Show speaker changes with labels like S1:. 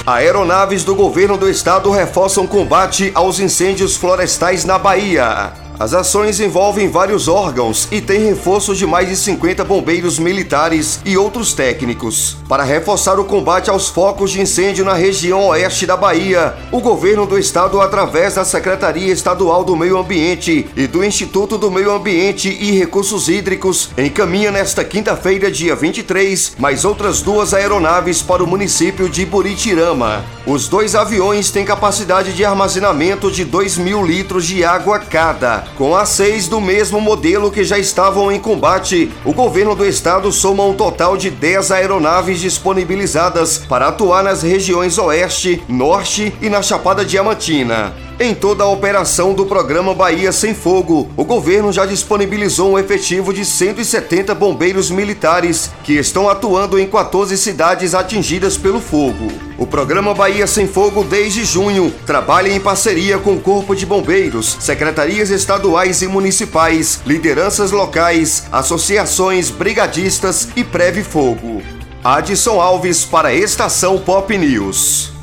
S1: Aeronaves do governo do estado reforçam combate aos incêndios florestais na Bahia. As ações envolvem vários órgãos e têm reforço de mais de 50 bombeiros militares e outros técnicos. Para reforçar o combate aos focos de incêndio na região oeste da Bahia, o governo do estado, através da Secretaria Estadual do Meio Ambiente e do Instituto do Meio Ambiente e Recursos Hídricos, encaminha nesta quinta-feira, dia 23, mais outras 2 aeronaves para o município de Buritirama. Os 2 aviões têm capacidade de armazenamento de 2.000 litros de água cada. Com as 6 do mesmo modelo que já estavam em combate, o governo do estado soma um total de 10 aeronaves disponibilizadas para atuar nas regiões oeste, norte e na Chapada Diamantina. Em toda a operação do programa Bahia Sem Fogo, o governo já disponibilizou um efetivo de 170 bombeiros militares que estão atuando em 14 cidades atingidas pelo fogo. O programa Bahia Sem Fogo, desde junho, trabalha em parceria com o Corpo de Bombeiros, secretarias estaduais e municipais, lideranças locais, associações, brigadistas e Preve Fogo. Adson Alves para a Estação Pop News.